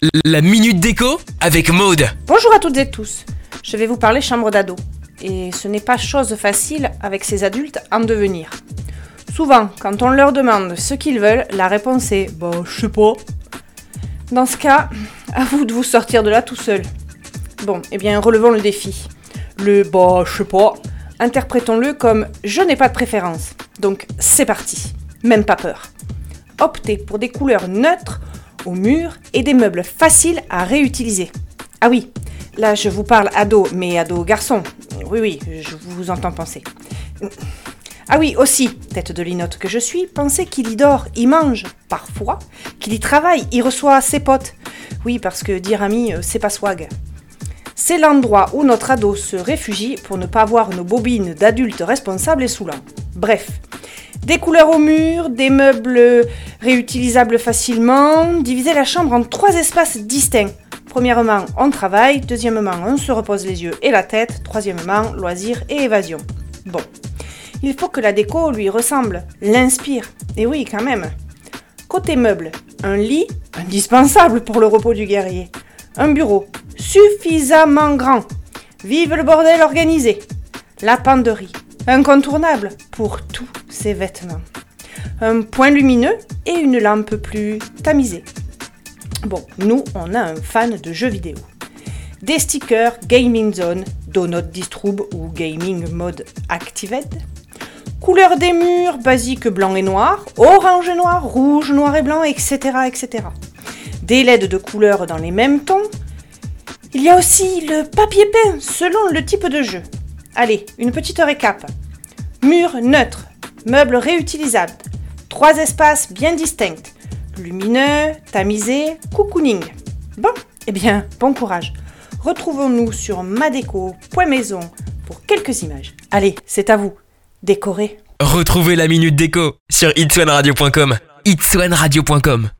La minute déco avec Maude. Bonjour à toutes et tous, je vais vous parler chambre d'ado. Et ce n'est pas chose facile avec ces adultes en devenir. Souvent, quand on leur demande ce qu'ils veulent, la réponse est « bah, je sais pas ». Dans ce cas, à vous de vous sortir de là tout seul. Bon, eh bien, relevons le défi. Le « bah, je sais pas », interprétons-le comme « je n'ai pas de préférence ». Donc, c'est parti, même pas peur. Optez pour des couleurs neutres au mur et des meubles faciles à réutiliser. Ah oui, là je vous parle ado, mais ado garçon. Oui, je vous entends penser. Ah oui, aussi, tête de linotte que je suis, pensez qu'il y dort, y mange, parfois, qu'il y travaille, y reçoit ses potes. Oui, parce que dire ami, c'est pas swag. C'est l'endroit où notre ado se réfugie pour ne pas voir nos bobines d'adultes responsables et saoulants. Bref, des couleurs au mur, des meubles réutilisables facilement, diviser la chambre en 3 espaces distincts. Premièrement, on travaille, deuxièmement, on se repose les yeux et la tête, troisièmement, loisirs et évasion. Bon, il faut que la déco lui ressemble, l'inspire, et oui quand même. Côté meubles, un lit, indispensable pour le repos du guerrier, un bureau, suffisamment grand, vive le bordel organisé, la penderie, incontournable pour tous ses vêtements, un point lumineux et une lampe plus tamisée. Bon, nous, on a un fan de jeux vidéo. Des stickers Gaming Zone, Donut Disturb ou Gaming Mode Actived. Couleur des murs, basique blanc et noir, orange et noir, rouge, noir et blanc, etc. etc. Des LED de couleurs dans les mêmes tons. Il y a aussi le papier peint selon le type de jeu. Allez, une petite récap. Mur neutre, meubles réutilisables, 3 espaces bien distincts, lumineux, tamisé, cocooning. Bon, eh bien, bon courage. Retrouvons-nous sur madeco.maison pour quelques images. Allez, c'est à vous. Décorez. Retrouvez la minute déco sur itswanradio.com. itswanradio.com